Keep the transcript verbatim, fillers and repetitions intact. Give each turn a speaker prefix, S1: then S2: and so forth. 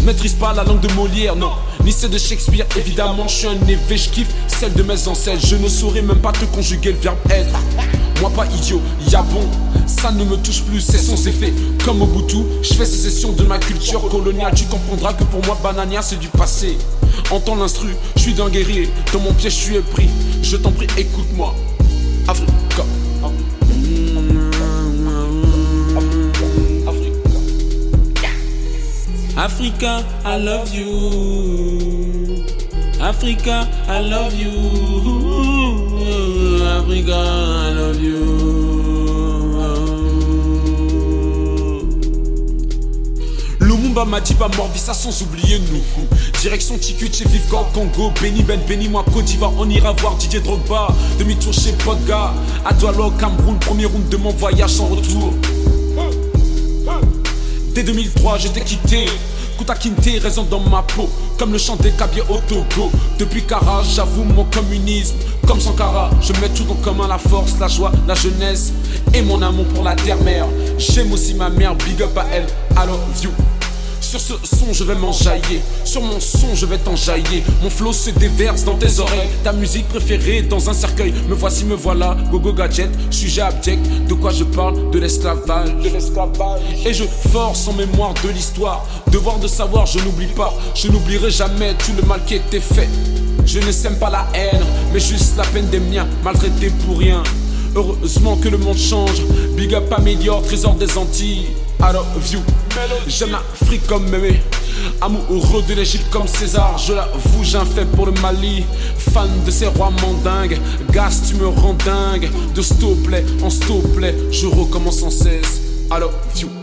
S1: maîtrise pas la langue de Molière, non, ni celle de Shakespeare, évidemment. Je suis un évé, je kiffe celle de mes ancêtres. Je ne saurais même pas te conjuguer le verbe être. Moi pas idiot, y'a bon, ça ne me touche plus, c'est sans effet. Comme Mobutu, je fais sécession de ma culture coloniale. Tu comprendras que pour moi Banania c'est du passé. Entends l'instru, je suis d'un guerrier, dans mon piège je suis pris. Je t'en prie, écoute-moi. Africa. Africa, I love you. Africa, I love you. Africa, I love you. Lumumba m'a dit pas Morbi, ça sans oublier nous. Direction Ticut chez Vivcor, Congo, Béni Ben, bénis-moi Côte d'Ivoire, on ira voir Didier Drogba. Demi-tour chez Podga, à Douala, Cameroun, premier round de mon voyage sans retour. Dès deux mille trois, je t'ai quitté. Kuta Kinte résonne dans ma peau, comme le chant des Kabyles au Togo. Depuis Kara, j'avoue mon communisme. Comme Sankara, je mets tout en commun, la force, la joie, la jeunesse et mon amour pour la terre-mère. J'aime aussi ma mère, big up à elle, I love you. Sur ce son je vais m'enjailler, sur mon son je vais t'enjailler. Mon flow se déverse dans tes oreilles, ta musique préférée dans un cercueil. Me voici, me voilà, gogo gadget, sujet abject. De quoi je parle? De l'esclavage. Et je force en mémoire de l'histoire. Devoir de savoir, je n'oublie pas. Je n'oublierai jamais tout le mal qui était fait. Je ne sème pas la haine, mais juste la peine des miens, maltraités pour rien. Heureusement que le monde change. Big up améliore, trésor des Antilles, I love you. J'aime l'Afrique comme mémé, amoureux de l'Égypte comme César. Je l'avoue, j'ai un fait pour le Mali. Fan de ces rois mandingues. Gas, tu me rends dingue. De s'il te plaît, en s'il te plaît, je recommence sans cesse. I love you.